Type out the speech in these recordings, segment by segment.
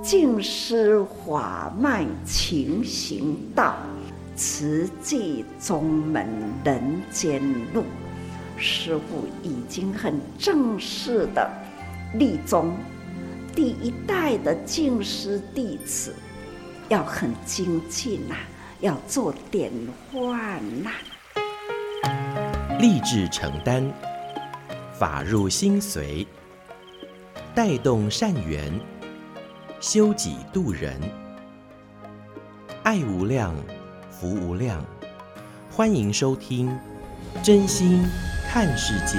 净施法脉勤行道，慈济宗门人间路。师父已经很正式的立宗，第一代的净师弟子要很精进要做典范立志承担，法入心随，带动善缘，修己度人，爱无量，福无量。欢迎收听真心看世界。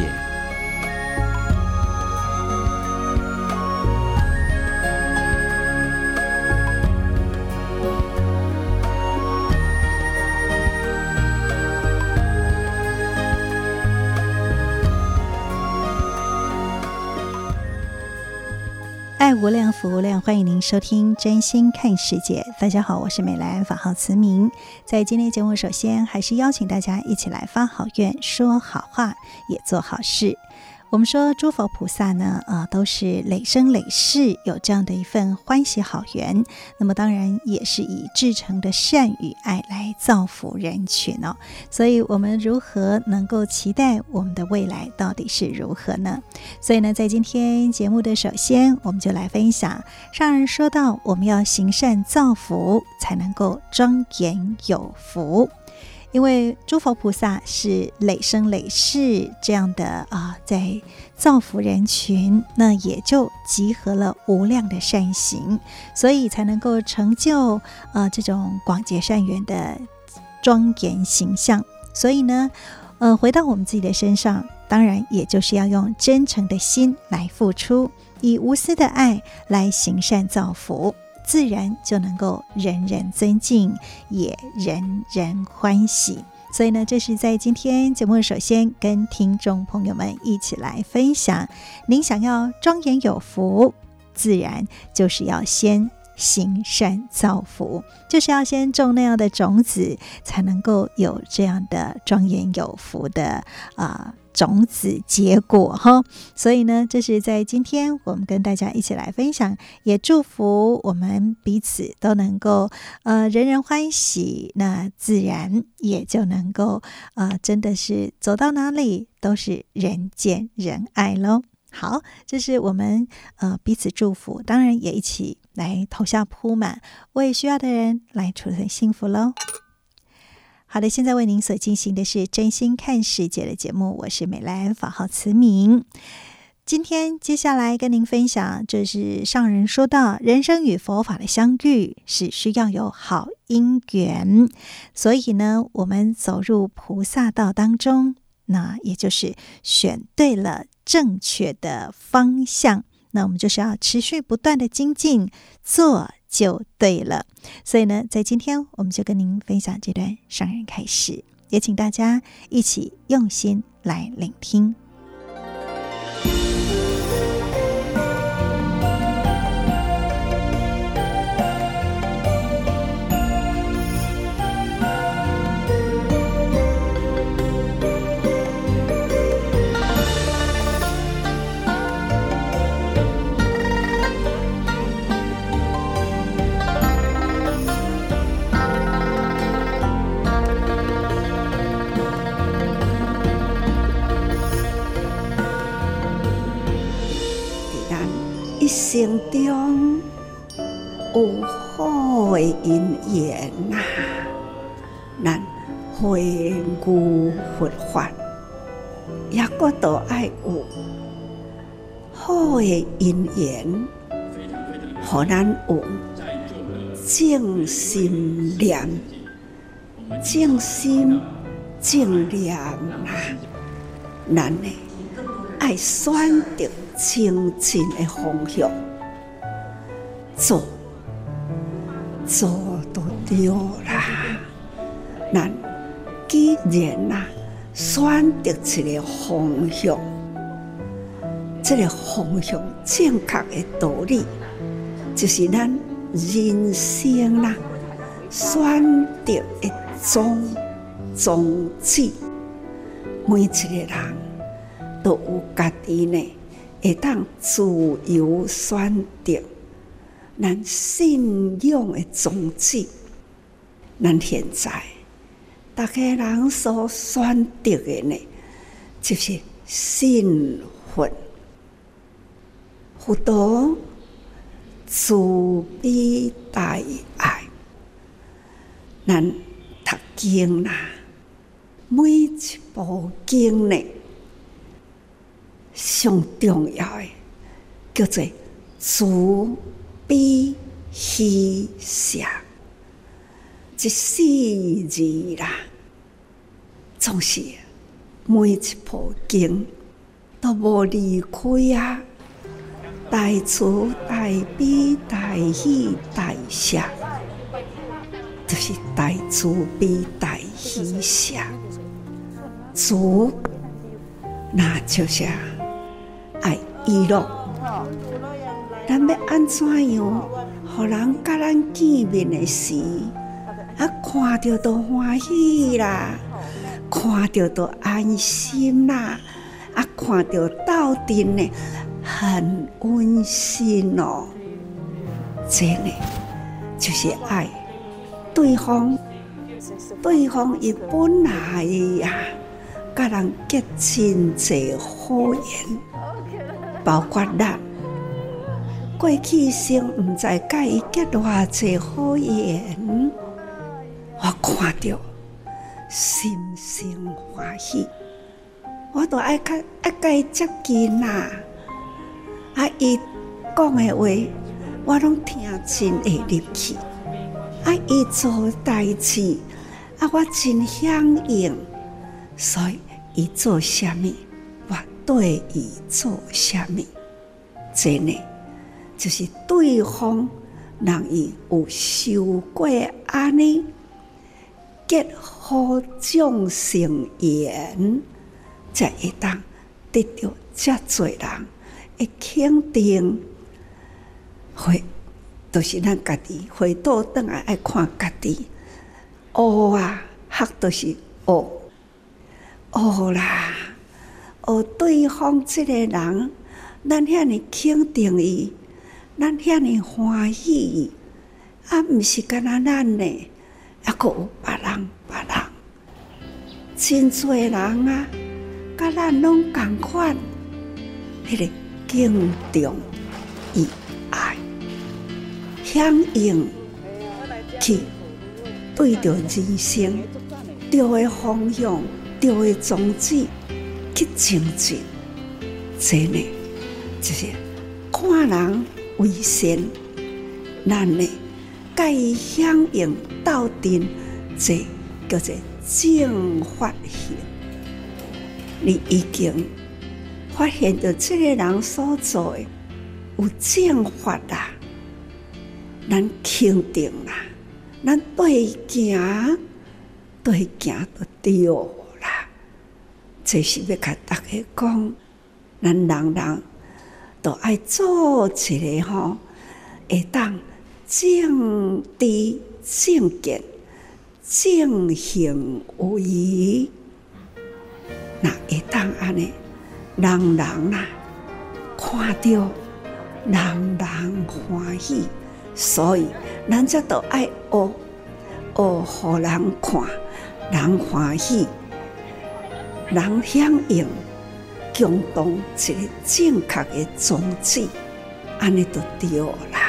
爱无量，福无量，欢迎您收听真心看世界。大家好，我是美兰，法号慈明。在今天节目，首先还是邀请大家一起来发好愿，说好话，也做好事。我们说诸佛菩萨呢，都是累生累世有这样的一份欢喜好缘，那么当然也是以至诚的善与爱来造福人群哦。所以我们如何能够期待我们的未来到底是如何呢？所以呢，在今天节目的首先，我们就来分享上人说到，我们要行善造福，才能够庄严有福。因为诸佛菩萨是累生累世这样的在造福人群，那也就集合了无量的善行，所以才能够成就这种广结善缘的庄严形象。所以呢，回到我们自己的身上，当然也就是要用真诚的心来付出，以无私的爱来行善造福，自然就能够人人尊敬，也人人欢喜。所以呢，这是在今天节目首先跟听众朋友们一起来分享，您想要庄严有福，自然就是要先行善造福，就是要先种那样的种子，才能够有这样的庄严有福的种子结果哈。所以呢，这是在今天我们跟大家一起来分享，也祝福我们彼此都能够人人欢喜，那自然也就能够真的是走到哪里都是人见人爱咯。好，这是我们彼此祝福，当然也一起来投下铺满，为需要的人来储存幸福咯。好的，现在为您所进行的是真心看世界的节目，我是美兰，法号慈明。今天接下来跟您分享，这是上人说到，人生与佛法的相遇是需要有好因缘，所以呢，我们走入菩萨道当中，那也就是选对了正确的方向，那我们就是要持续不断的精进，做就对了。所以呢，在今天我们就跟您分享这段上人开始，也请大家一起用心来聆听。 一生中有好的因缘咱回顾佛法也搁都爱有好的因缘，互咱有正心念、正心正念咱呢爱选择清净的方向，做都对啦。咱既然选择一个方向，这个方向正确的道理，就是咱人生选择的宗旨。每一个人都有家己呢会当自由选择咱信仰的宗旨。咱现在大家人所选择的呢，就是信佛、佛陀慈悲大爱。咱读经啦，每一部经呢，上重要的叫做慈悲喜舍，这四字啦，总是每一部经都无离开啊！大慈大悲大喜大舍，就是大慈悲大喜舍。慈，那就是爱娱乐。咱要安怎样，互人甲咱见面的时，看到都欢喜啦，看到都安心啦，看到斗阵呢，很温馨哦。这呢，就是爱对方，伊本来呀，甲人结真侪好缘，包括咱。过去生毋知甲伊结偌济好缘，我看到心生欢喜，我都爱甲伊接近啦。伊讲的话，我拢听真会入去。伊做代志，我真响应。所以伊做啥物，我对伊做啥物，这呢？就是对方让伊有受过安尼结好种成缘，才会当得到遮侪人的肯定。就是咱家己回倒转来爱看家己，学就是学啦，学对方这个人，咱遐尼肯定伊。咱遐尼欢喜，毋是干那咱呢，阁有别人，真侪人啊，甲咱拢共款，迄个敬重与爱，响应去对着人生对的方向、对的宗旨去前进，这呢就是看人为善，咱呢甲伊响应斗阵，这叫做正法行。你已经发现到这个人所做的有正法啦，咱肯定啦，咱对行就对啦。这是要甲大家讲，咱人都爱做一个会当正知正见、正行有余，那会当安尼，人啊看到，人欢喜，所以咱则都爱学，互人看，人欢喜，人响应。共同一个正确的宗旨，安尼就对啦。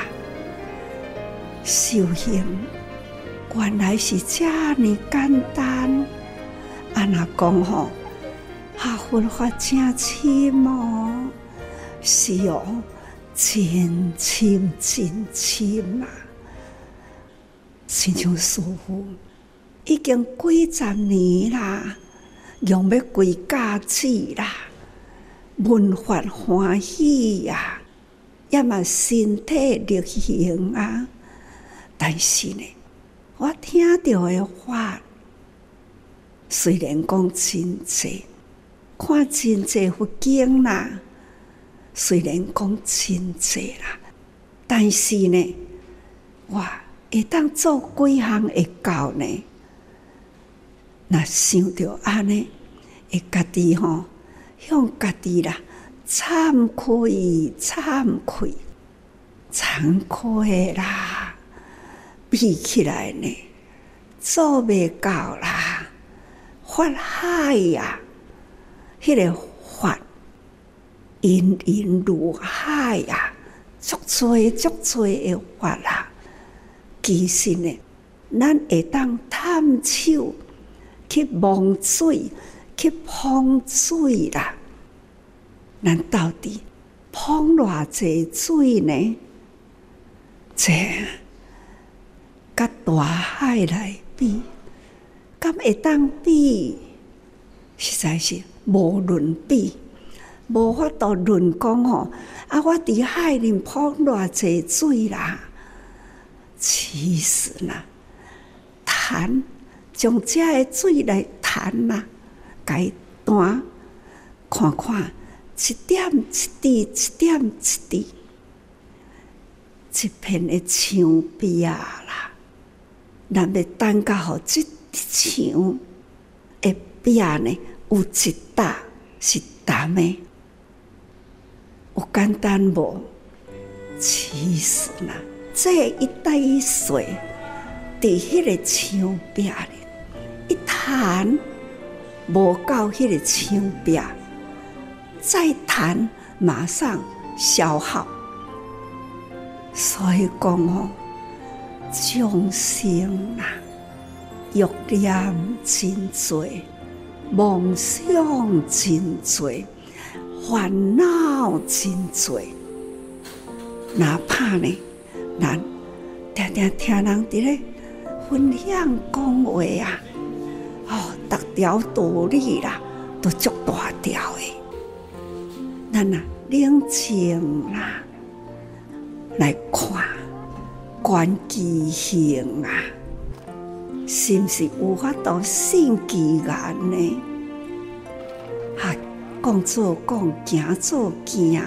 修行原来是这么简单，若讲佛法真深哦，是哦，真深啊！亲像师父已经几十年啦，用要归家子啦。闻法欢喜呀，也嘛身体力行啊。但是呢，我听到的法，虽然讲真济，看真济佛经啦，虽然讲真济啦，但是呢，我会当做几项会到呢？若想到安尼，会家己向家己啦，惭愧， 惭愧啦，比起来呢，做袂到啦，法海呀，迄个法源源如海呀，足多足多的法啦。其实呢，咱会当探手去摸水，去碰水啦。咱到底碰偌济水呢？这甲大海来比，敢会当比？实在是无论比，无法度论讲吼。我伫海里碰偌济水啦，其实啦，弹将这个水来弹啦，解弹看看，一点一滴，一点一滴。一片的墙壁啦，咱要等到互这墙的壁呢，有一搭是淡的，有简单无？其实啦，这一滴水伫迄个墙壁里一弹，无到迄个墙壁，再弹马上消耗。所以讲哦，众生啊，欲念真多，梦想真多，烦恼真多。哪怕呢，咱常常听人伫咧分享讲话啊，逐条道理啦，都足大条的。咱啊，冷静啦。来看观其行啊，是不是有法度信其言呢？讲做讲，行做行，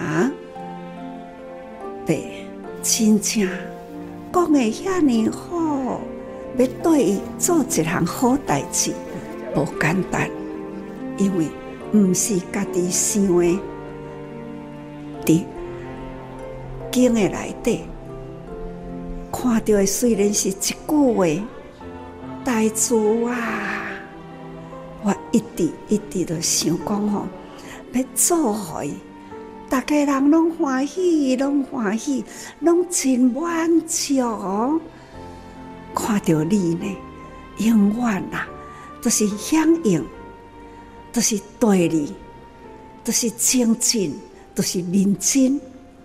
对，真正讲的遐尼好，要对伊做一项好代志，无简单，因为毋是家己想的，伫经的内底看到的虽然是一句话，代志啊，我一直都想讲吼，要做互伊，大家人拢欢喜，拢欢喜，拢真满足。看到你呢，永远啊，都是响应，都是对你，都是精进，都是认真。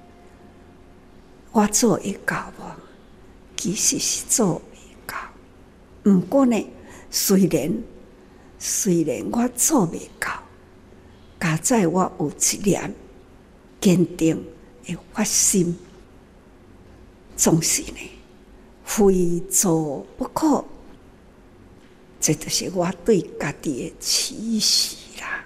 我做会到无？其实是做未到。毋过呢，虽然我做未到，加在我有一念坚定的发心，总是呢，非做不可。这就是我对家己的期许啦。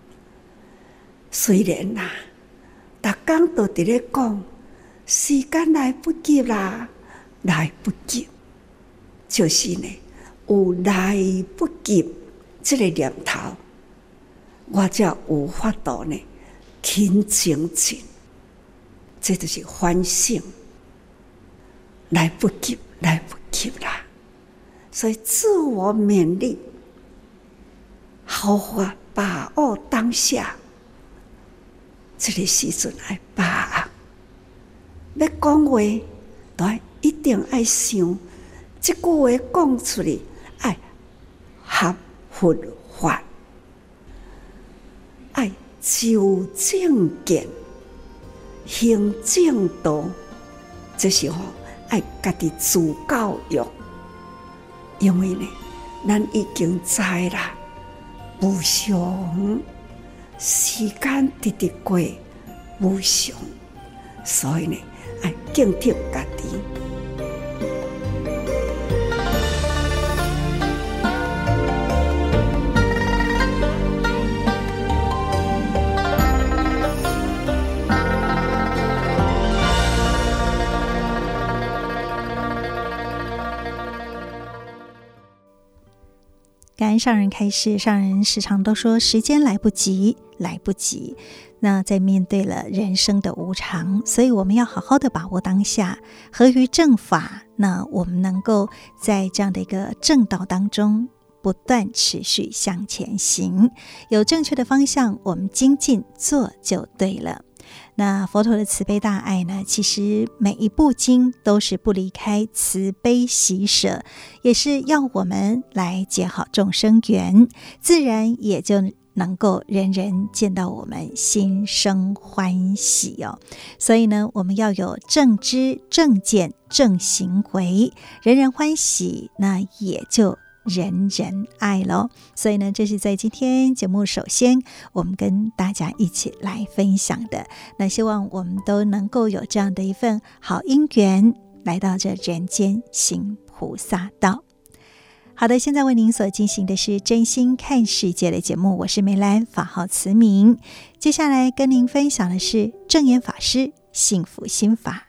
虽然啦，逐工都伫咧讲。时间来不及啦，来不及，就是呢，有来不及这个念头，我才有法度呢，勤精进，这就是反省。来不及，来不及啦！所以自我勉励，好好把握当下，这个时阵来把握。要讲话，都一定爱想，这句话讲出来，爱合佛法，爱就正见，行正道。这时候爱家己自教育，因为呢，咱已经知啦，无常，时间直直过，无常，所以呢。爱警惕家己。 感完上人开示，上人时常都说时间来不及，来不及。那在面对了人生的无常，所以我们要好好的把握当下，合于正法，那我们能够在这样的一个正道当中不断持续向前行，有正确的方向，我们精进做就对了。那佛陀的慈悲大爱呢，其实每一部经都是不离开慈悲喜舍，也是要我们来结好众生缘，自然也就能够人人见到我们心生欢喜哦。所以呢，我们要有正知正见正行为，人人欢喜，那也就人人爱咯。所以呢，这是在今天节目首先我们跟大家一起来分享的，那希望我们都能够有这样的一份好因缘，来到这人间行菩萨道。好的，现在为您所进行的是真心看世界的节目，我是梅兰，法号慈明。接下来跟您分享的是正言法师幸福心法。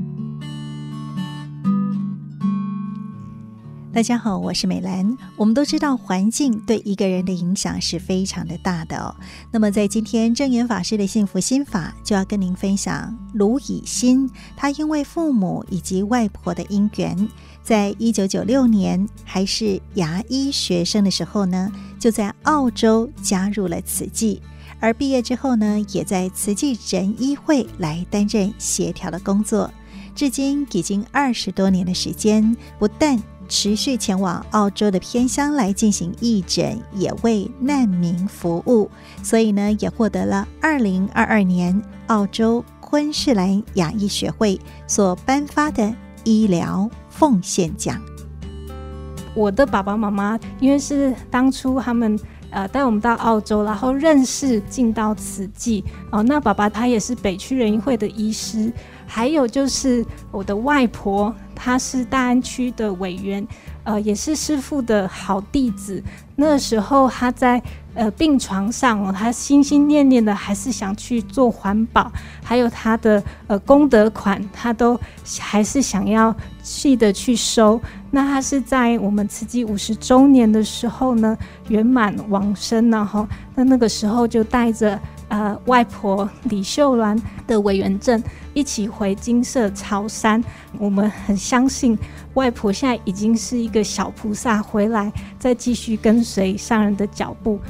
大家好，我是美兰。我们都知道环境对一个人的影响是非常的大的哦。那么在今天正言法师的幸福心法就要跟您分享卢以新，他因为父母以及外婆的因缘，在1996年还是牙医学生的时候呢，就在澳洲加入了慈济，而毕业之后呢，也在慈济人医会来担任协调的工作，至今已经20多年的时间，不但持续前往澳洲的偏乡来进行义诊，也为难民服务，所以呢，也获得了2022年澳洲昆士兰亚裔学会所颁发的医疗奉献奖。 我的爸爸妈妈因为是当初他们带我们到澳洲，然后认识进到慈济那爸爸他也是北区人医会的医师，还有就是我的外婆，她是大安区的委员，也是师父的好弟子。那时候他在病床上他心心念念的还是想去做环保，还有他的功德款，他都还是想要细的去收。那他是在我们慈济50周年的时候呢，圆满往生，然后那个时候就带着外婆李秀兰的委员证一起回金色潮山。我们很相信外婆现在已经是一个小菩萨回来，再继续跟随上人的脚步。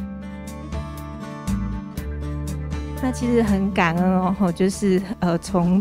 那其实很感恩就是从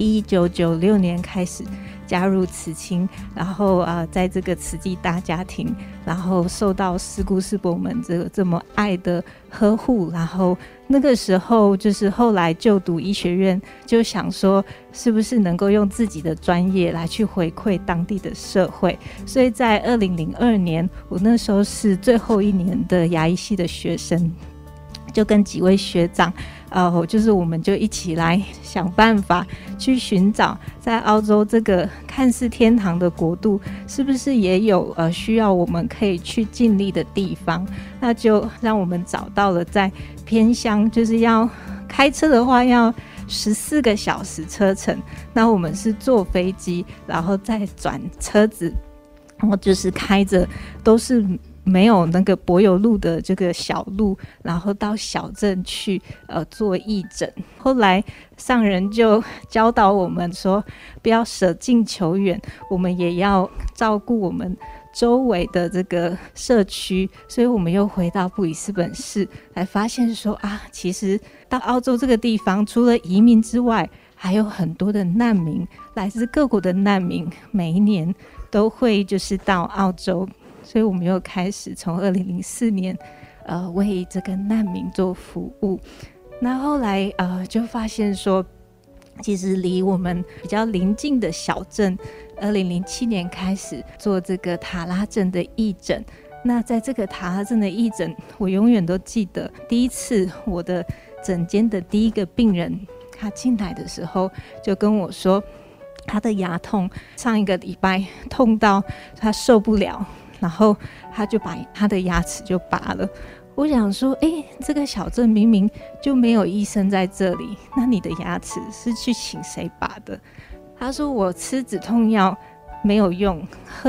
1996年开始加入慈青，然后在这个慈济大家庭，然后受到师姑师伯们这么爱的呵护，然后那个时候就是后来就读医学院，就想说是不是能够用自己的专业来去回馈当地的社会，所以在2002年，我那时候是最后一年的牙医系的学生，就跟几位学长就是我们就一起来想办法去寻找在澳洲这个看似天堂的国度，是不是也有需要我们可以去尽力的地方。那就让我们找到了在偏乡，就是要开车的话要14个小时车程，那我们是坐飞机然后再转车子，然后就是开着都是没有那个柏油路的这个小路，然后到小镇去做义诊。后来上人就教导我们说，不要舍近求远，我们也要照顾我们周围的这个社区。所以我们又回到布里斯本市，来发现说其实到澳洲这个地方，除了移民之外，还有很多的难民，来自各国的难民，每一年都会就是到澳洲。所以我们又开始从2004年为这个难民做服务。那后来就发现说，其实离我们比较邻近的小镇，2007年开始做这个塔拉镇的义诊。那在这个塔拉镇的义诊，我永远都记得第一次我的诊间的第一个病人，他进来的时候就跟我说，他的牙痛上一个礼拜痛到他受不了，然后他就把他的牙齿就拔了。我想说这个小镇明明就没有医生在这里，那你的牙齿是去请谁拔的？他说我吃止痛药没有用，喝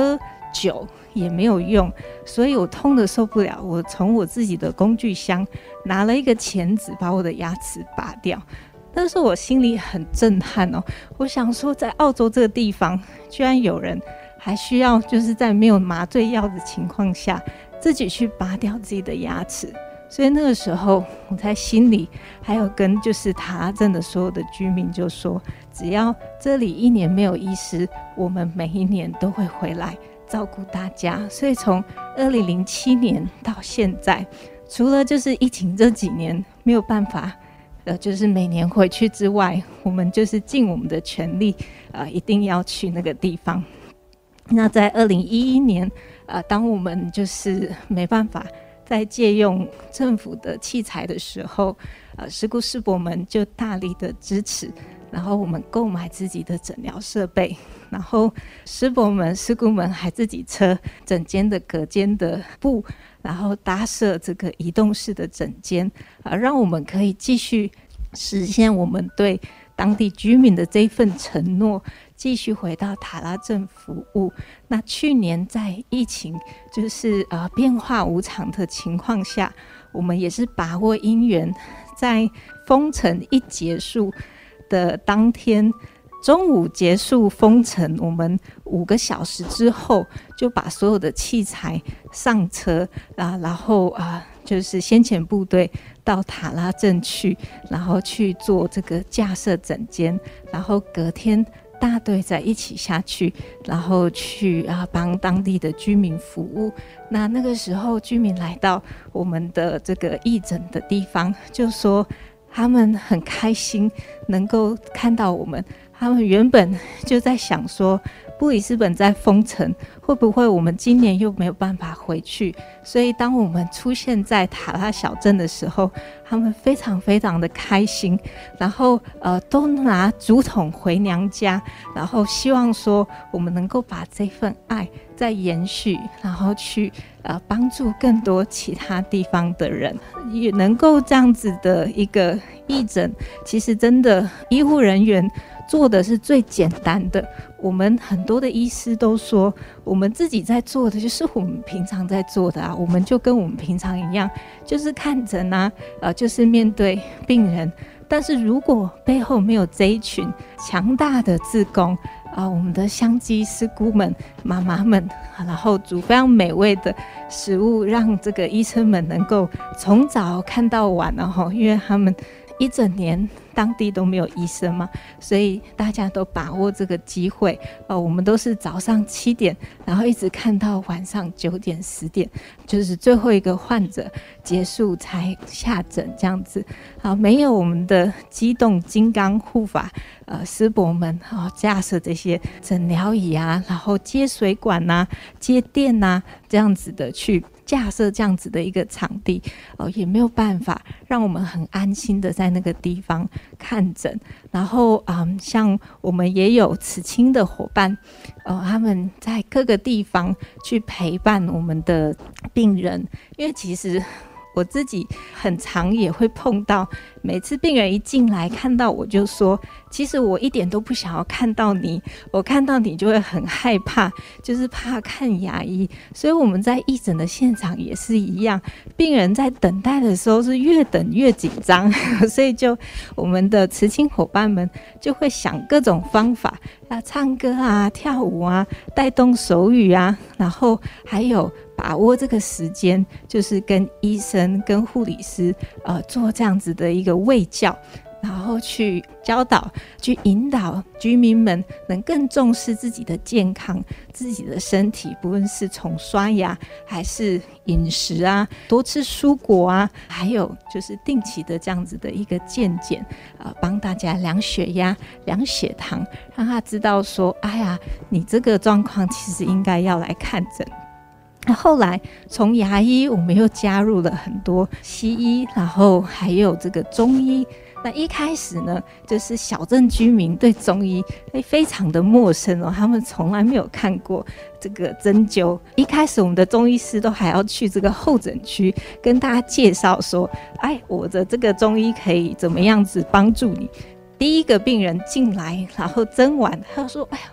久也没有用，所以我痛得受不了，我从我自己的工具箱拿了一个钳子把我的牙齿拔掉。但是我心里很震撼哦，我想说在澳洲这个地方居然有人还需要就是在没有麻醉药的情况下自己去拔掉自己的牙齿。所以那个时候我在心里还有跟就是塔拉镇的所有的居民就说，只要这里1年没有医师，我们每一年都会回来照顾大家。所以从2007年到现在，除了就是疫情这几年没有办法就是每年回去之外，我们就是尽我们的全力一定要去那个地方。那在2011年当我们就是没办法在借用政府的器材的时候，师姑师伯们就大力的支持，然后我们购买自己的诊疗设备，然后师伯们师姑们还自己车整间的隔间的布，然后搭设这个移动式的诊间，让我们可以继续实现我们对当地居民的这一份承诺，继续回到塔拉镇服务。那去年在疫情就是变化无常的情况下，我们也是把握因缘，在封城一结束的当天中午结束封城，我们5个小时之后就把所有的器材上车然后就是先遣部队到塔拉镇去，然后去做这个架设诊间，然后隔天大队再一起下去，然后去帮当地的居民服务。那个时候居民来到我们的这个义诊的地方，就说他们很开心能够看到我们，他们原本就在想说布里斯本在封城，会不会我们今年又没有办法回去，所以当我们出现在塔拉小镇的时候，他们非常非常的开心，然后都拿竹筒回娘家，然后希望说我们能够把这份爱再延续，然后去帮助更多其他地方的人，也能够这样子的一个义诊。其实真的医护人员做的是最简单的，我们很多的医师都说我们自己在做的就是我们平常在做的我们就跟我们平常一样，就是看诊就是面对病人。但是如果背后没有这一群强大的志工我们的香鸡师姑们妈妈们，然后煮非常美味的食物，让这个医生们能够从早看到晚因为他们一整年当地都没有医生嘛，所以大家都把握这个机会我们都是早上7点，然后一直看到晚上9点10点，就是最后一个患者结束才下诊这样子没有我们的机动金刚护法师伯们架设这些诊疗椅然后接水管接电这样子的去架设这样子的一个场地也没有办法让我们很安心的在那个地方看诊。然后像我们也有慈青的伙伴他们在各个地方去陪伴我们的病人，因为其实我自己很常也会碰到，每次病人一进来看到我就说，其实我一点都不想要看到你，我看到你就会很害怕，就是怕看牙医。所以我们在义诊的现场也是一样，病人在等待的时候是越等越紧张所以就我们的慈青伙伴们就会想各种方法唱歌跳舞带动手语然后还有把握这个时间，就是跟医生跟护理师做这样子的一个卫教，然后去教导去引导居民们能更重视自己的健康自己的身体，不论是从刷牙还是饮食多吃蔬果还有就是定期的这样子的一个健检帮大家量血压量血糖，让他知道说哎呀你这个状况其实应该要来看诊。后来从牙医我们又加入了很多西医，然后还有这个中医。那一开始呢，就是小镇居民对中医非常的陌生他们从来没有看过这个针灸。一开始我们的中医师都还要去这个候诊区跟大家介绍说，哎，我的这个中医可以怎么样子帮助你。第一个病人进来，然后针完，他就说，哎呀，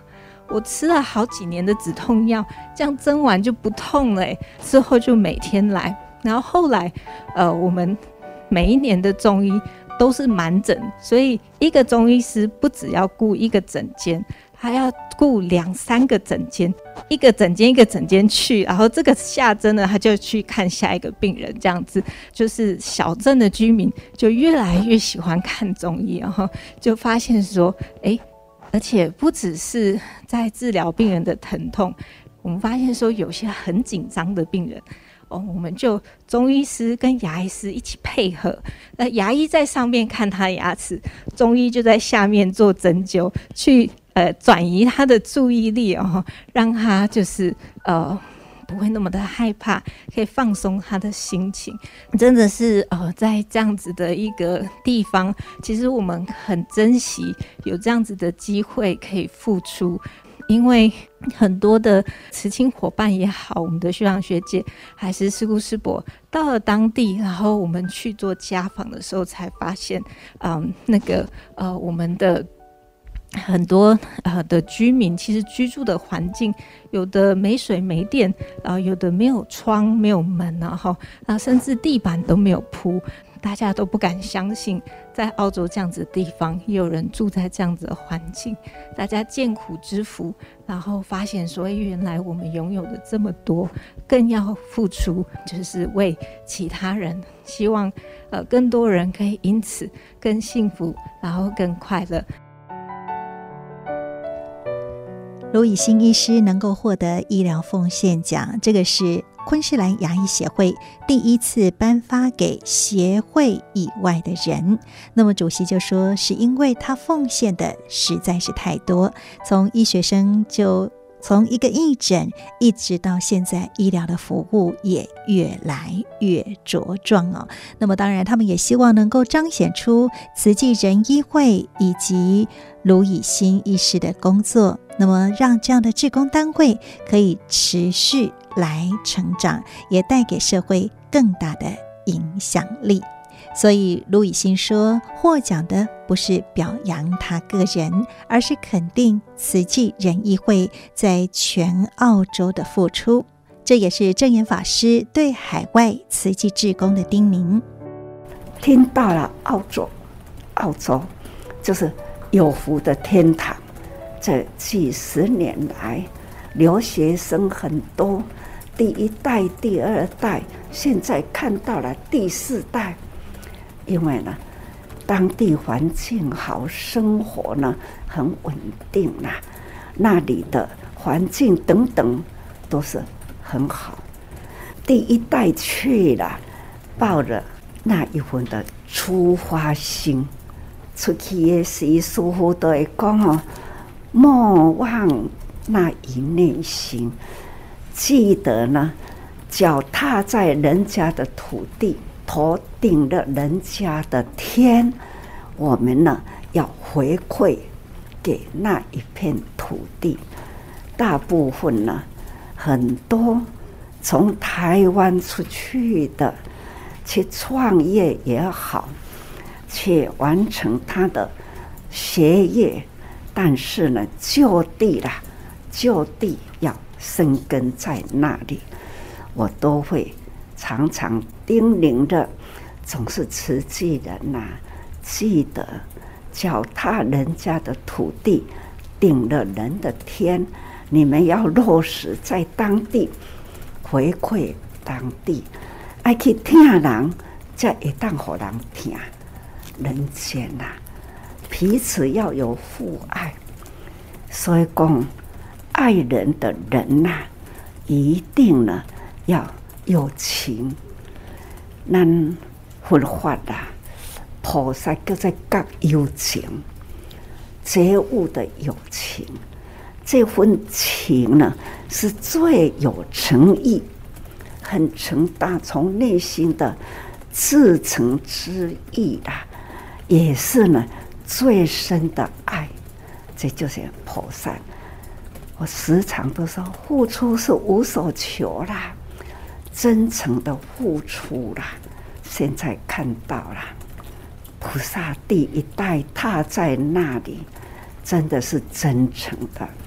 我吃了好几年的止痛药，这样针完就不痛了之后就每天来。然后后来我们每一年的中医都是满诊，所以一个中医师不只要顾一个诊间，他要顾2、3个诊间，一个诊间去，然后这个下针呢，他就去看下一个病人，这样子就是小镇的居民就越来越喜欢看中医，然后就发现说，而且不只是在治疗病人的疼痛，我们发现说有些很紧张的病人。我们就中医师跟牙医师一起配合，那牙医在上面看他的牙齿，中医就在下面做针灸，去转移他的注意力让他就是不会那么的害怕，可以放松他的心情。真的是在这样子的一个地方，其实我们很珍惜有这样子的机会可以付出。因为很多的慈青伙伴也好，我们的学长学姐还是师姑师伯到了当地，然后我们去做家访的时候才发现，我们的很多的居民其实居住的环境有的没水没电，有的没有窗没有门，然后甚至地板都没有铺。大家都不敢相信在澳洲这样子的地方也有人住在这样子的环境，大家见苦知福，然后发现说原来我们拥有的这么多，更要付出，就是为其他人，希望更多人可以因此更幸福，然后更快乐。 卢以欣医师能够获得医疗奉献奖，这个是昆士兰牙医协会第一次颁发给协会以外的人。那么主席就说，是因为他奉献的实在是太多，从医学生就从一个义诊一直到现在医疗的服务也越来越茁壮那么当然他们也希望能够彰显出慈济人医会以及卢以欣医师的工作，那么让这样的志工单位可以持续来成长，也带给社会更大的影响力。所以卢以欣说，获奖的不是表扬他个人，而是肯定慈济人医会在全澳洲的付出。这也是证严法师对海外慈济志工的叮咛。 听到了澳洲就是有福的天堂，这几十年来留学生很多，第一代第二代，现在看到了第4代。因为呢，当地环境好，生活呢很稳定啦，那里的环境等等都是很好。第一代去了，抱着那一份的出发心，出去的时师父都会讲莫忘那一念心，记得呢，脚踏在人家的土地，头顶了人家的天，我们呢要回馈给那一片土地。大部分呢，很多从台湾出去的，去创业也好，去完成他的学业，但是呢，就地要生根在那里，我都会常常叮咛的，总是慈济人呐，记得脚踏人家的土地，顶了人的天，你们要落实在当地，回馈当地，爱去听人，才会当给人听。人间呐，彼此要有互爱，所以讲爱人的人呐，一定呢要有情。咱佛法啦，菩萨叫做觉有情，觉悟的有情，这份情呢是最有诚意，很诚大，从内心的至诚之意啦，也是呢最深的爱，这就是菩萨。我时常都说，付出是无所求啦，真诚的付出啦。现在看到了，菩萨第一代踏在那里，真的是真诚的，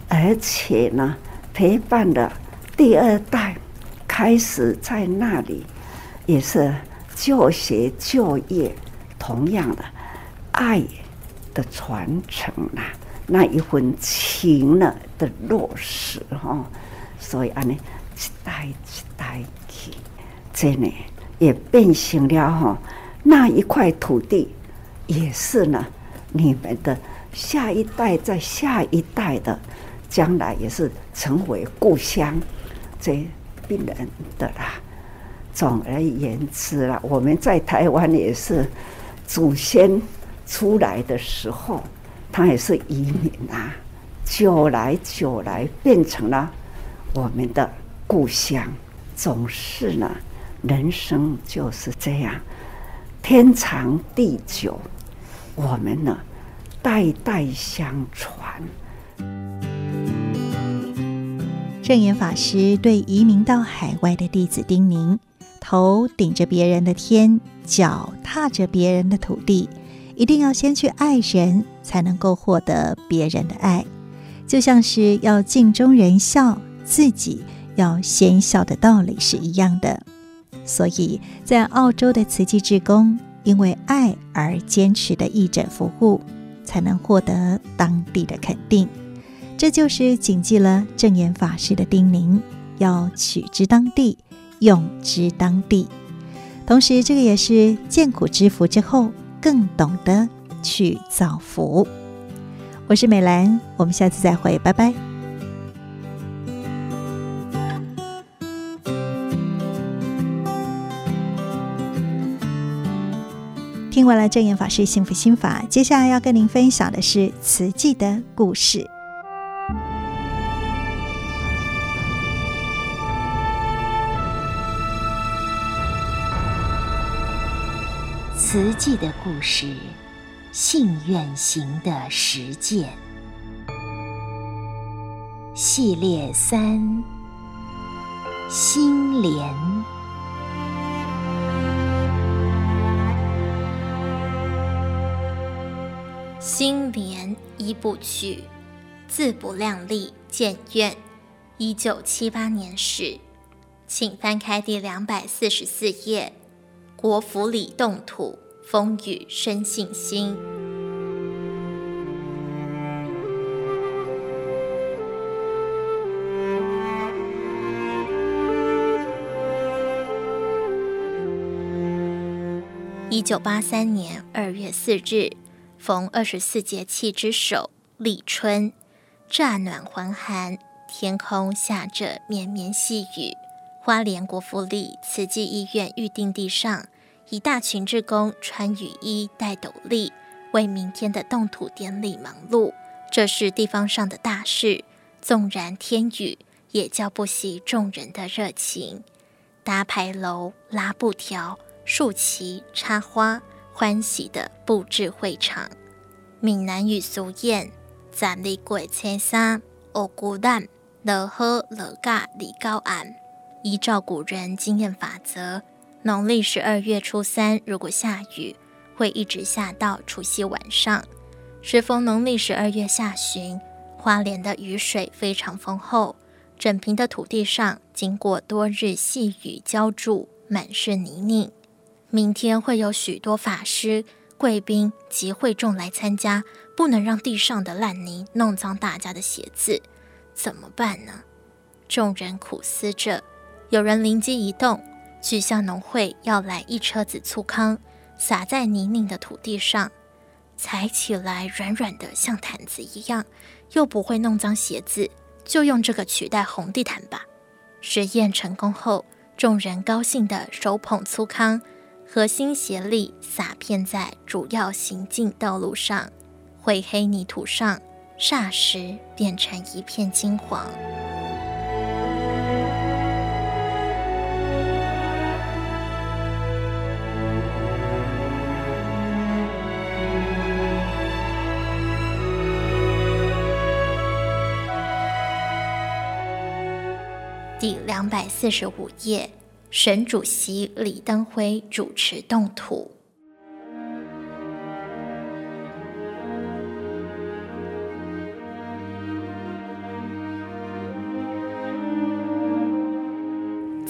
而且呢，陪伴了第2代，开始在那里也是就学就业，同样的爱的传承啦，那一份情呢的落实哈，所以安尼一代一代去，这呢也变成了哈，那一块土地也是呢，你们的下一代，在下一代的将来也是成为故乡这病人的啦。总而言之啦，我们在台湾也是祖先出来的时候，他也是移民啊，久来变成了我们的故乡。总是呢，人生就是这样，天长地久，我们呢代代相传。 证严法师对移民到海外的弟子叮咛：头顶着别人的天，脚踏着别人的土地，一定要先去爱人，才能够获得别人的爱。就像是要镜中人笑，自己要先笑的道理是一样的。所以在澳洲的慈济志工，因为爱而坚持的义诊服务，才能获得当地的肯定。这就是谨记了证严法师的叮咛，要取之当地，用之当地。同时这个也是见苦知福之后，更懂得去造福。我是美兰，我们下次再会，拜拜。听完了证严法师幸福心法，接下来要跟您分享的是慈济的故事。 慈济的故事，信愿行的实践系列3：心莲。 心莲1部曲，自不量力建院，1978年始，请翻开第244页。国府里动土，风雨生信心。1983年2月4日，逢24节气之首立春，乍暖还寒，天空下着绵绵细雨。花莲国府里慈济医院预定地上，一大群志工穿雨衣戴斗笠，为明天的动土典礼忙碌。这是地方上的大事，纵然天雨，也叫不熄众人的热情。搭牌楼、拉布条、竖旗、插花，欢喜地布置会场。闽南语俗谚：十二月初3，黑姑蛋，落好落甲离高暗。依照古人经验法则，农历12月初3如果下雨，会一直下到除夕晚上。时逢农历12月下旬，花莲的雨水非常丰厚，整平的土地上经过多日细雨浇筑，满是泥泞。明天会有许多法师、贵宾及会众来参加，不能让地上的烂泥弄脏大家的鞋子，怎么办呢？众人苦思着，有人灵机一动，去向农会要来一车子粗糠，撒在泥泞的土地上，踩起来软软的像毯子一样，又不会弄脏鞋子，就用这个取代红地毯吧。实验成功后，众人高兴地手捧粗糠，合心协力撒遍在主要行进道路上，灰黑泥土上霎时变成一片金黄。第245页，省主席李登辉主持动土。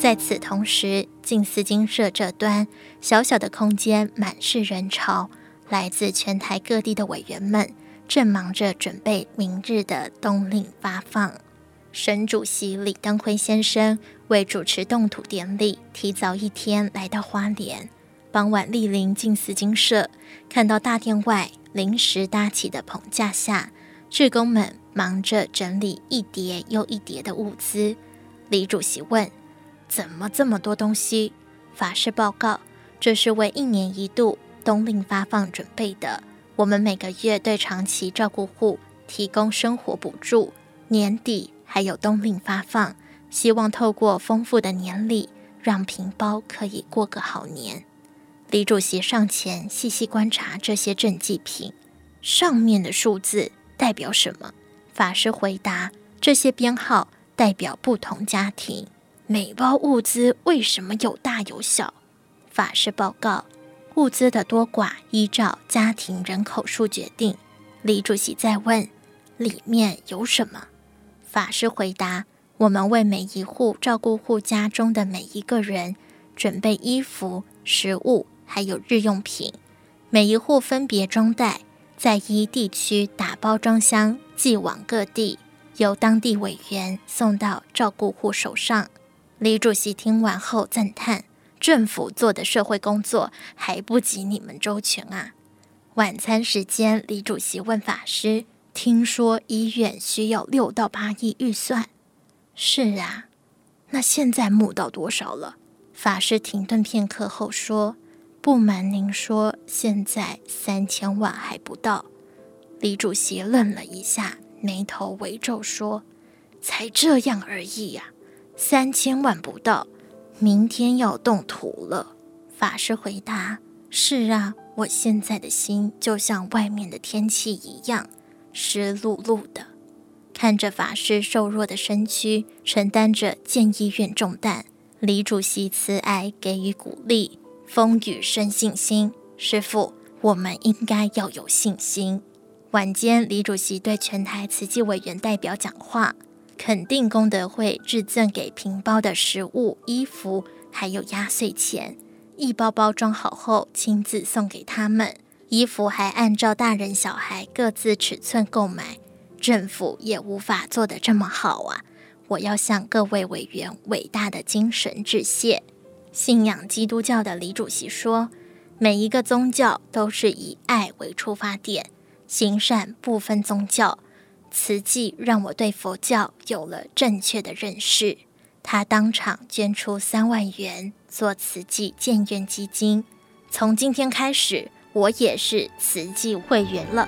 在此同时，静思精舍这端小小的空间满是人潮，来自全台各地的委员们正忙着准备明日的冬令发放。省主席李登辉先生为主持动土典礼，提早一天来到花莲，傍晚莅临静思精舍，看到大殿外临时搭起的棚架下，志工们忙着整理一叠又一叠的物资。李主席问：怎么这么多东西？法师报告，这是为1年1度冬令发放准备的。我们每个月对长期照顾户提供生活补助，年底还有冬令发放，希望透过丰富的年礼，让平胞可以过个好年。李主席上前细细观察这些赈济品，上面的数字代表什么？法师回答：这些编号代表不同家庭，每包物资为什么有大有小？法师报告：物资的多寡依照家庭人口数决定。李主席再问：里面有什么？法师回答：我们为每一户照顾户家中的每一个人准备衣服、食物还有日用品，每一户分别装袋，再依地区打包装箱寄往各地，由当地委员送到照顾户手上。李主席听完后赞叹：政府做的社会工作还不及你们周全啊！晚餐时间，李主席问法师：听说医院需要6到8亿预算？是啊，那现在募到多少了？法师停顿片刻后说：不瞒您说，现在3000万还不到。李主席愣了一下，眉头微皱说：才这样而已呀，3000万不到，明天要动土了。法师回答：是啊，我现在的心就像外面的天气一样湿漉漉的。看着法师瘦弱的身躯承担着建医院重担，李主席慈爱给予鼓励：风雨生信心，师父，我们应该要有信心。晚间，李主席对全台慈济委员代表讲话，肯定功德会致赠给平胞的食物、衣服还有压岁钱，一包包装好后亲自送给他们，衣服还按照大人小孩各自尺寸购买，政府也无法做得这么好啊！我要向各位委员伟大的精神致谢。信仰基督教的李主席说：每一个宗教都是以爱为出发点，行善不分宗教。慈济让我对佛教有了正确的认识。他当场捐出3万元做慈济建院基金。从今天开始，我也是慈济会员了。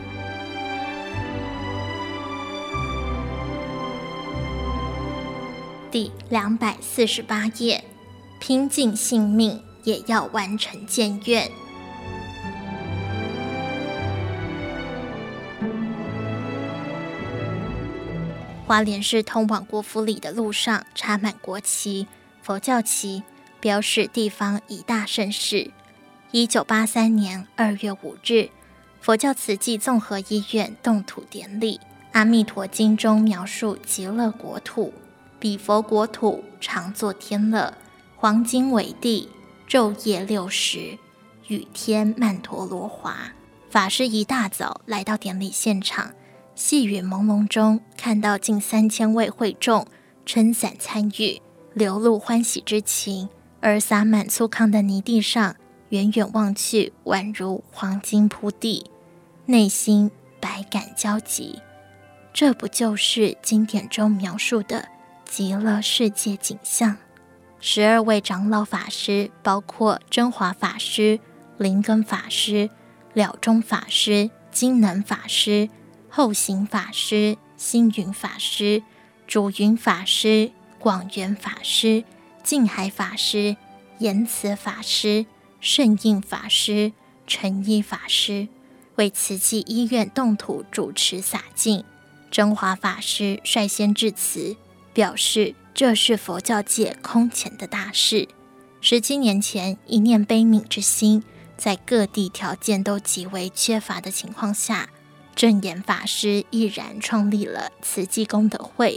第248页，拼尽性命也要完成建院。花莲市通往国府里的路上插满国旗、佛教旗，标示地方一大盛事。1983年2月5日，佛教慈济综合医院动土典礼。阿弥陀经中描述极乐国土，彼佛国土常作天乐，黄金为地，昼夜60，雨天曼陀罗华。法师一大早来到典礼现场，细雨朦胧中，看到近3000位会众撑伞参与，流露欢喜之情。而洒满粗糠的泥地上，远远望去，宛如黄金铺地，内心百感交集。这不就是经典中描述的极乐世界景象？12位长老法师，包括真华法师、灵根法师、了中法师、金能法师、后行法师、星云法师、主云法师、广元法师、净海法师、言辞法师、圣印法师、诚一法师，为慈济医院动土主持洒净。真华法师率先致辞，表示这是佛教界空前的大事。17年前，一念悲悯之心，在各地条件都极为缺乏的情况下，正言法师毅然创立了慈济功德会，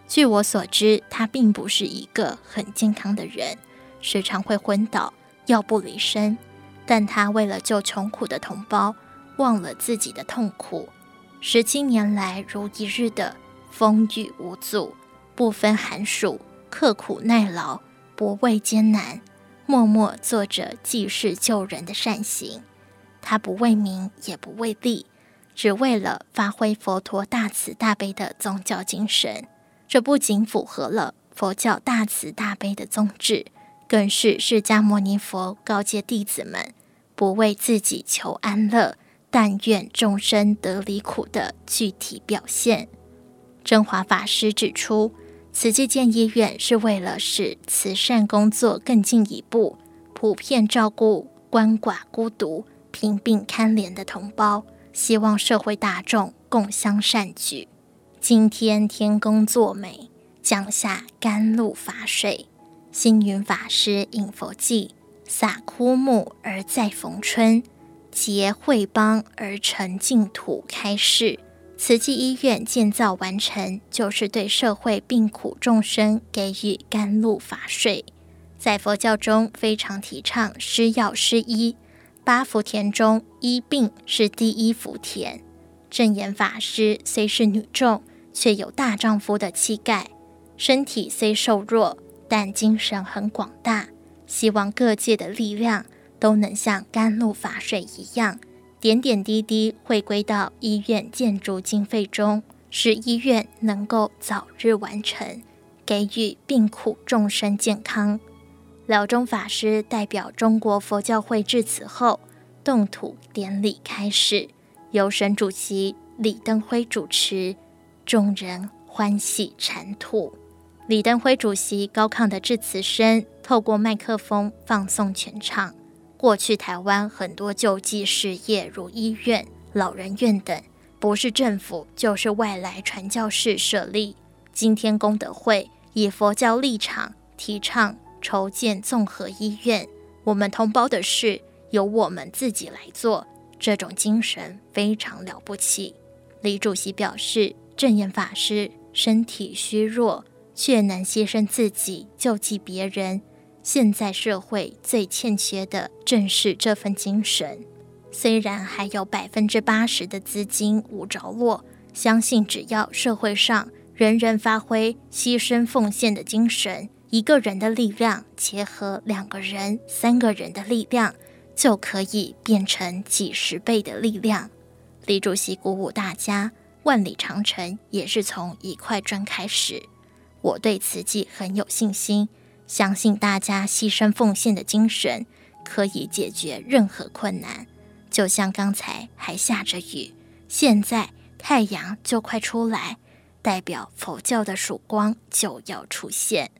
据我所知，他并不是一个很健康的人，时常会昏倒，药不离身。但他为了救穷苦的同胞，忘了自己的痛苦。17年来如一日的风雨无阻，不分寒暑，刻苦耐劳，不畏艰难，默默做着济世救人的善行。他不为名也不为利，只为了发挥佛陀大慈大悲的宗教精神。这不仅符合了佛教大慈大悲的宗旨，更是释迦牟尼佛告诫弟子们不为自己求安乐，但愿众生得离苦的具体表现。真华法师指出，慈济建医院是为了使慈善工作更进一步，普遍照顾鳏寡孤独、贫病堪怜的同胞，希望社会大众共襄善举。今天天公作美，降下甘露法水。星云法师引佛记，洒枯木而再逢春，结惠邦而成净土开示。慈济医院建造完成，就是对社会病苦众生给予甘露法水。在佛教中非常提倡施药施医，8福田中医病是第1福田。正言法师虽是女众，却有大丈夫的气概，身体虽瘦弱，但精神很广大，希望各界的力量都能像甘露法水一样，点点滴滴汇归到医院建筑经费中，使医院能够早日完成，给予病苦众生健康。了中法师代表中国佛教会致辞后，动土典礼开始，由省主席李登辉主持，众人欢喜缠吐。李登辉主席高亢的致辞声透过麦克风放送全场。过去台湾很多救济事业，如医院、老人院等，不是政府就是外来传教士设立。今天功德会以佛教立场提倡筹建综合医院，我们同胞的事由我们自己来做，这种精神非常了不起。李主席表示，正言法师身体虚弱，却能牺牲自己救济别人，现在社会最欠缺的正是这份精神。虽然还有80%的资金无着落，相信只要社会上人人发挥牺牲奉献的精神，一个人的力量结合2个人、3个人的力量，就可以变成几十倍的力量。李主席鼓舞大家，万里长城也是从1块砖开始。我对慈济很有信心，相信大家牺牲奉献的精神可以解决任何困难。就像刚才还下着雨，现在太阳就快出来，代表佛教的曙光就要出现。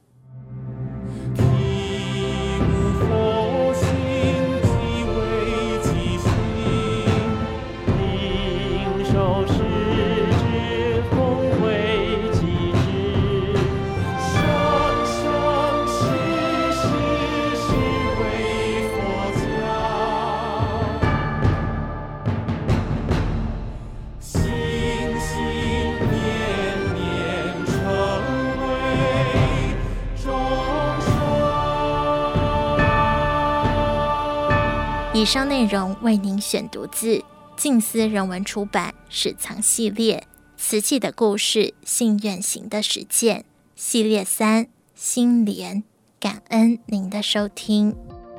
以上内容为您选读自静思人文出版史藏系列慈济的故事信愿行的实践系列3心莲。感恩您的收听。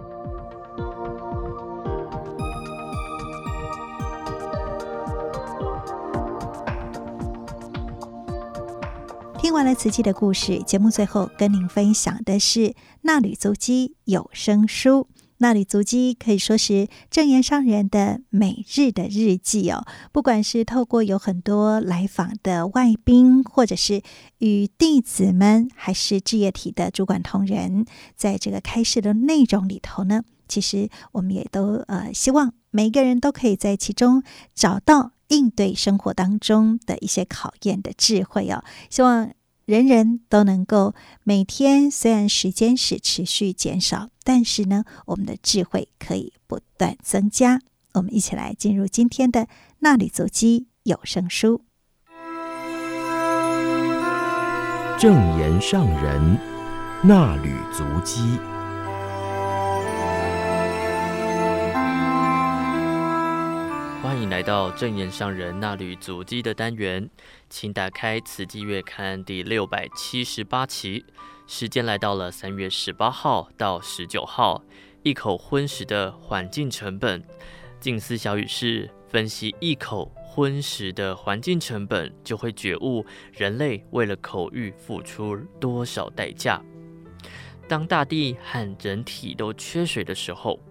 听完了慈济的故事，节目最后跟您分享的是那履足迹有声书。那履足迹可以说是正言上人的每日的日记哦，不管是透过有很多来访的外宾，或者是与弟子们，还是志业体的主管同仁，在这个开示的内容里头呢，其实我们也都希望每一个人都可以在其中找到应对生活当中的一些考验的智慧哦，希望人人都能够每天，虽然时间是持续减少，但是呢，我们的智慧可以不断增加。我们一起来进入今天的那履足迹有声书。 正言上人那履足迹。 欢迎来到正言上人那履足迹的单元，请打开《慈济月刊》第678期，时间来到了3月18号到19号。一口荤食的环境成本，静思小语是分析一口荤食的环境成本，就会觉悟人类为了口欲付出多少代价。当大地和人体都缺水的时候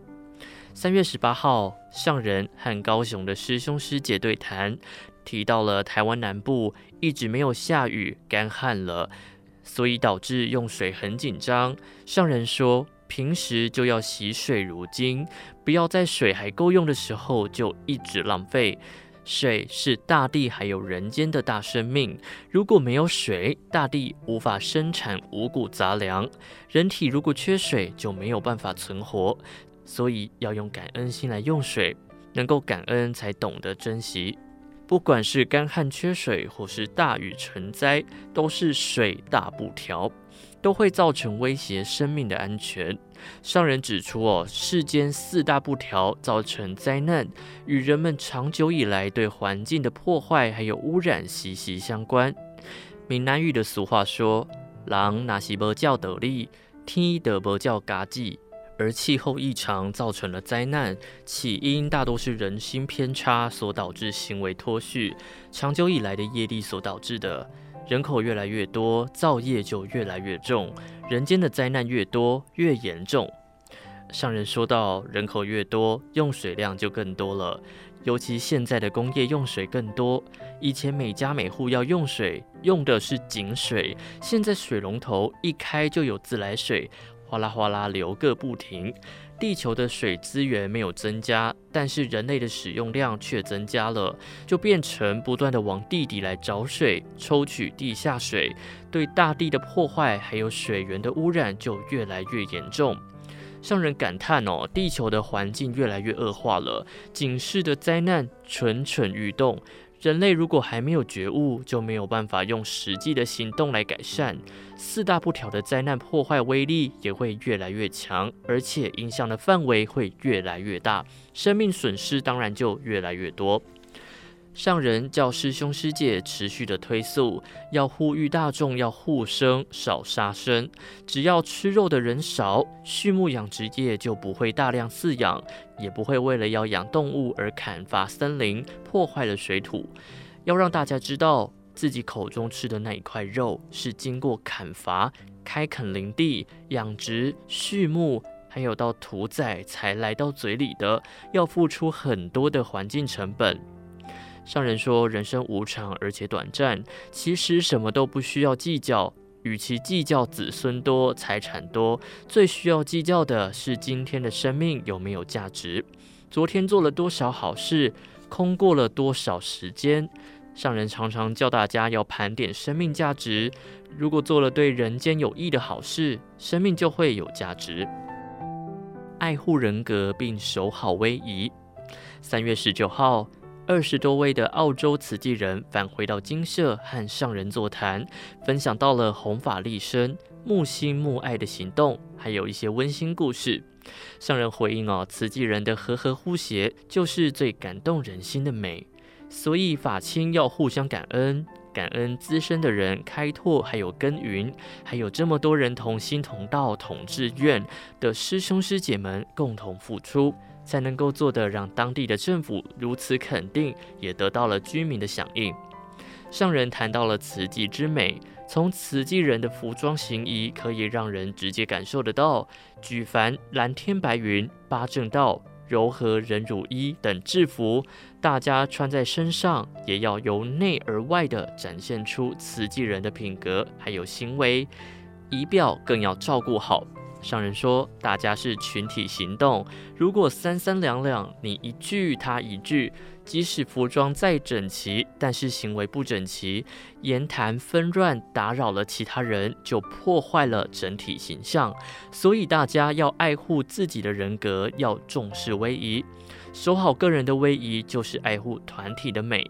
，3月18号，上人和高雄的师兄师姐对谈，提到了台湾南部一直没有下雨，干旱了，所以导致用水很紧张。上人说，平时就要惜水如金，不要在水还够用的时候就一直浪费。水是大地还有人间的大生命，如果没有水，大地无法生产五谷杂粮，人体如果缺水就没有办法存活。所以要用感恩心来用水，能够感恩才懂得珍惜。不管是干旱缺水或是大雨成灾，都是水大不调，都会造成威胁生命的安全。上人指出世间4大不调造成灾难，与人们长久以来对环境的破坏还有污染息息相关。闽南语的俗话说，人若是无照道理，天就无照家己。而气候异常造成了灾难，起因大多是人心偏差所导致行为脱序，长久以来的业力所导致的。人口越来越多，造业就越来越重，人间的灾难越多越严重。上人说到，人口越多，用水量就更多了，尤其现在的工业用水更多。以前每家每户要用水，用的是井水，现在水龙头一开就有自来水，哗啦哗啦流个不停。地球的水资源没有增加，但是人类的使用量却增加了，就变成不断的往地底来找水，抽取地下水，对大地的破坏还有水源的污染就越来越严重。上人感叹地球的环境越来越恶化了，警示的灾难蠢蠢欲动。人类如果还没有觉悟，就没有办法用实际的行动来改善。4大不调的灾难破坏威力也会越来越强，而且影响的范围会越来越大，生命损失当然就越来越多。上人叫师兄师姐持续的推诉，要呼吁大众要护生，少杀生。只要吃肉的人少，畜牧养殖业就不会大量饲养，也不会为了要养动物而砍伐森林，破坏了水土。要让大家知道，自己口中吃的那一块肉是经过砍伐、开垦林地、养殖、畜牧，还有到屠宰才来到嘴里的，要付出很多的环境成本。上人说，人生无常而且短暂，其实什么都不需要计较，与其计较子孙多、财产多，最需要计较的是今天的生命有没有价值。昨天做了多少好事，空过了多少时间。上人常常叫大家要盘点生命价值，如果做了对人间有益的好事，生命就会有价值。爱护人格并守好威仪。3月19号，20多位的澳洲慈济人返回到精舍和上人座谈，分享到了弘法利生、慕心慕爱的行动，还有一些温馨故事。上人回应慈济人的和和互协就是最感动人心的美，所以法亲要互相感恩，感恩资深的人开拓还有耕耘，还有这么多人同心同道同志愿的师兄师姐们共同付出，才能够做得让当地的政府如此肯定，也得到了居民的响应。上人谈到了慈济之美，从慈济人的服装行仪可以让人直接感受得到，举凡蓝天白云、八正道、柔和忍辱衣等制服，大家穿在身上，也要由内而外的展现出慈济人的品格还有行为，仪表更要照顾好。上人说，大家是群体行动，如果三三两两，你一句他一句，即使服装再整齐，但是行为不整齐，言谈纷乱，打扰了其他人，就破坏了整体形象。所以大家要爱护自己的人格，要重视威仪，守好个人的威仪，就是爱护团体的美。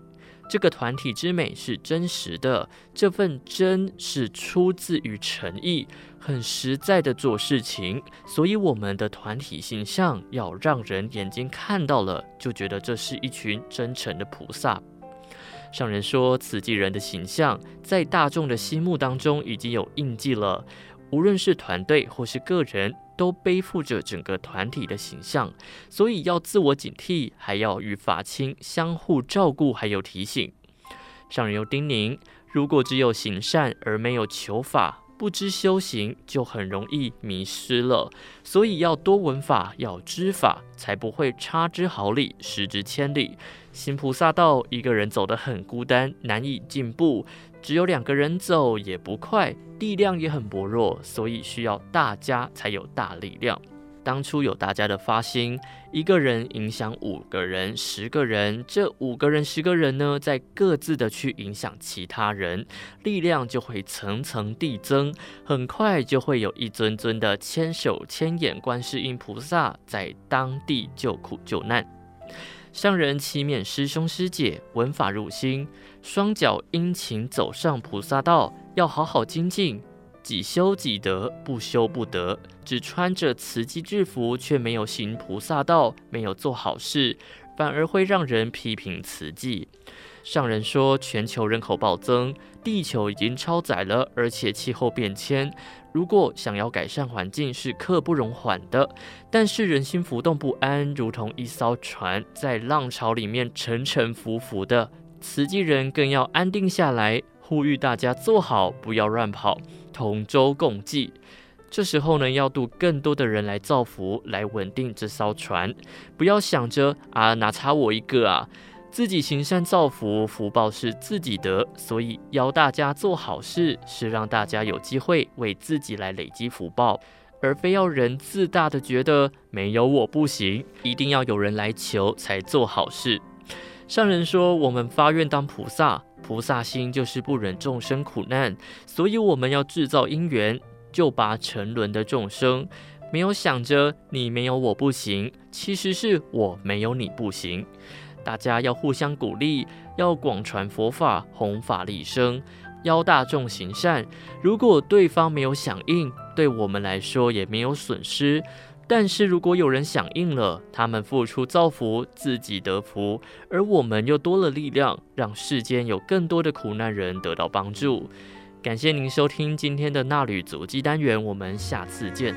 这个团体之美是真实的，这份真是出自于诚意，很实在的做事情，所以我们的团体形象要让人眼睛看到了就觉得这是一群真诚的菩萨。上人说，慈济人的形象在大众的心目当中已经有印记了，无论是团队或是个人，都背负着整个团体的形象，所以要自我警惕，还要与法亲相互照顾，还有提醒。上人又叮咛，如果只有行善而没有求法，不知修行，就很容易迷失了。所以要多闻法，要知法，才不会差之毫厘，失之千里。行菩萨道，一个人走得很孤单，难以进步，只有2个人走也不快，力量也很薄弱，所以需要大家才有大力量。当初有大家的发心，一个人影响5个人、10个人，这5个人、10个人呢，再各自的去影响其他人，力量就会层层递增，很快就会有一尊尊的千手千眼观世音菩萨在当地救苦救难。上人祈勉师兄师姐闻法入心，双脚殷勤走上菩萨道，要好好精进，己修己得，不修不得。只穿着慈济制服，却没有行菩萨道，没有做好事，反而会让人批评慈济。上人说，全球人口暴增，地球已经超载了，而且气候变迁，如果想要改善环境是刻不容缓的。但是人心浮动不安，如同一艘船在浪潮里面沉沉浮浮的，慈济人更要安定下来，呼吁大家做好，不要乱跑，同舟共济。这时候呢，要度更多的人来造福，来稳定这艘船，不要想着哪差我一个啊，自己行善造福，福报是自己的，所以邀大家做好事，是让大家有机会为自己来累积福报，而非要人自大的觉得没有我不行，一定要有人来求才做好事。上人说，我们发愿当菩萨，菩萨心就是不忍众生苦难，所以我们要制造因缘，救拔沉沦的众生，没有想着你没有我不行，其实是我没有你不行。大家要互相鼓励，要广传佛法，弘法利生，邀大众行善。如果对方没有响应，对我们来说也没有损失。但是如果有人响应了，他们付出造福，自己得福，而我们又多了力量，让世间有更多的苦难人得到帮助。感谢您收听今天的纳履足迹单元，我们下次见。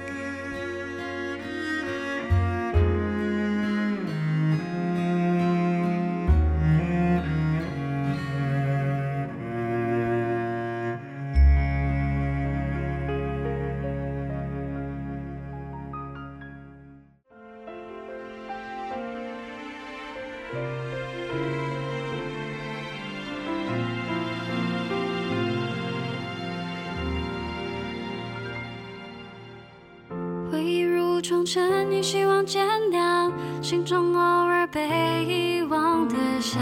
重沉，你希望见谅，心中偶尔被遗忘的善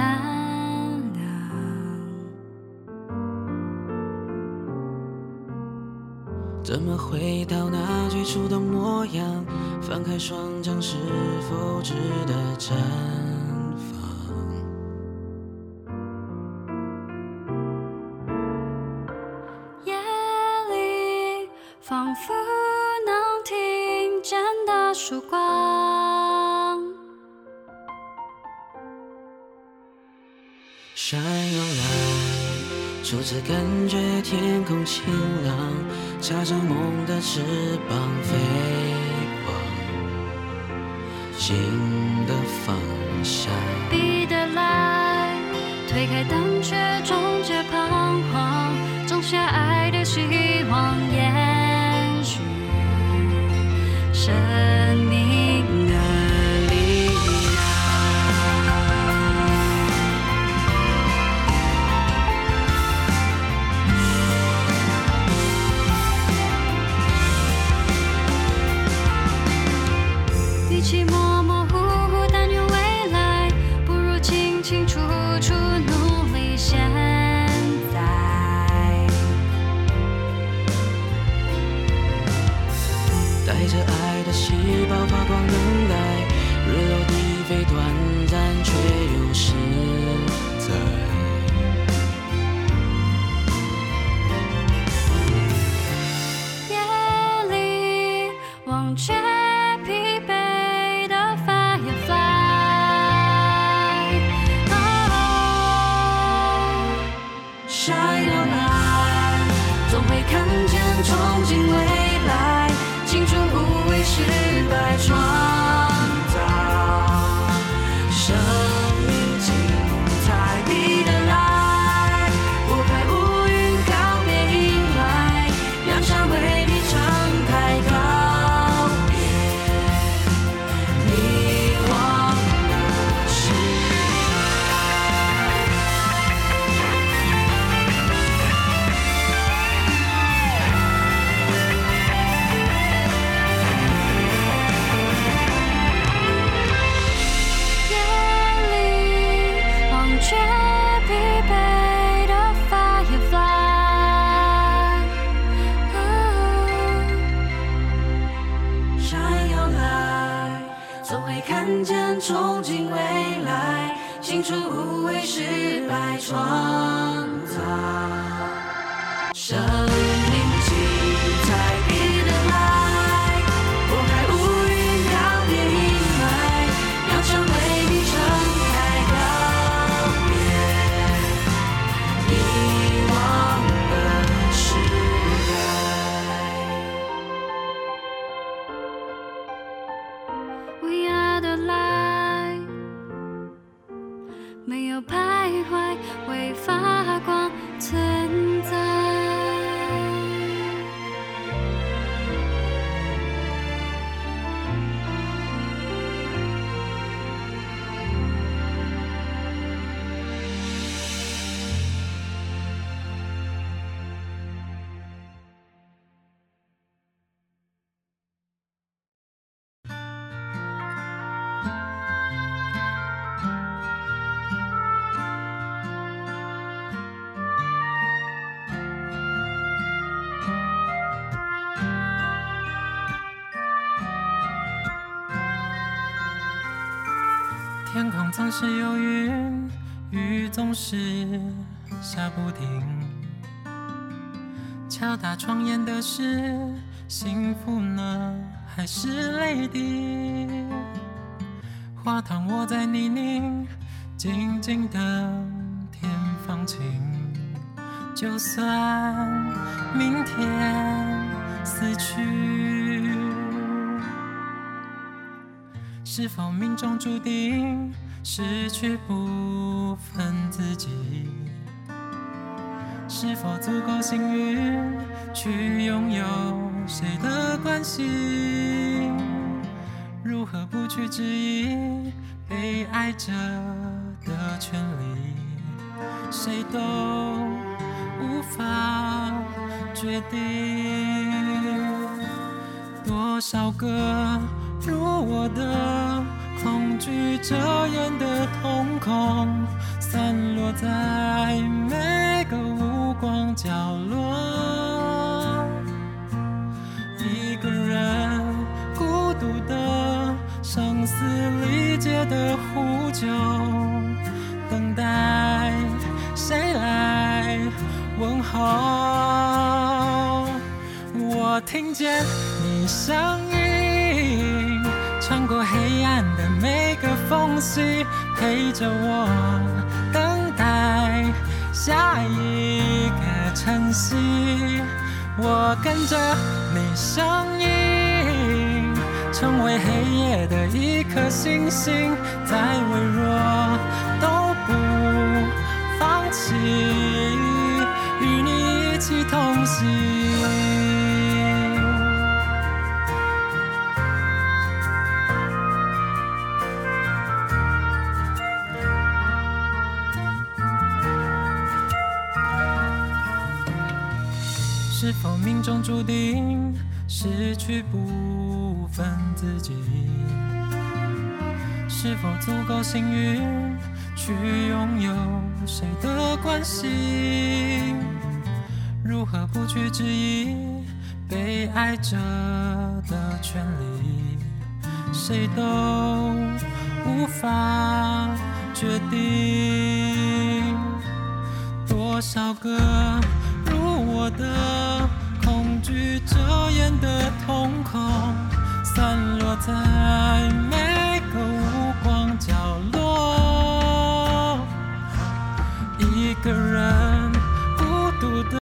良。 怎么回到那最初的模样？翻开双掌，是否值得绽放？ 夜里仿佛能听见的曙光， 山又来，初次感觉天空晴朗，插上梦的翅膀飞往新的方向。 逼得来，推开胆怯，终结彷徨，种下爱的希望，延续生命的力量。比起模模糊糊但愿未来，不如清清楚楚努力现在。 败创造，生命精彩比得来，拨开乌云告别阴霾，让山为你敞开告别迷惘的时却疲惫的 firefly， 闪耀来，总会看见憧憬未来，青春无畏，失败创造，生命精彩比得来，拨开乌云告别阴霾，让成为你敞开告遗忘的时代。 We are the light， 没有徘徊，会发光存在。 天空总是有云，雨总是下不停。敲打窗沿的是幸福呢，还是泪滴？花糖握在泥泞，静静等天放晴。就算明天死去。是否命中注定失去部分自己？是否足够幸运去拥有谁的关心？如何不去质疑被爱着的权利？谁都无法决定。多少个如我的恐惧遮掩的瞳孔，散落在每个无光角落。一个人孤独的声嘶力竭的呼救，等待谁来问候。我听见你声音穿过黑暗的每个缝隙，陪着我等待下一个晨曦。我跟着你声音，成为黑夜的一颗星星，再微弱都不放弃，与你一起同行。是否命中注定失去部分自己？是否足够幸运去拥有谁的关心？如何不去质疑被爱着的权利？谁都无法决定。多少个如我的恐惧遮掩的瞳孔，散落在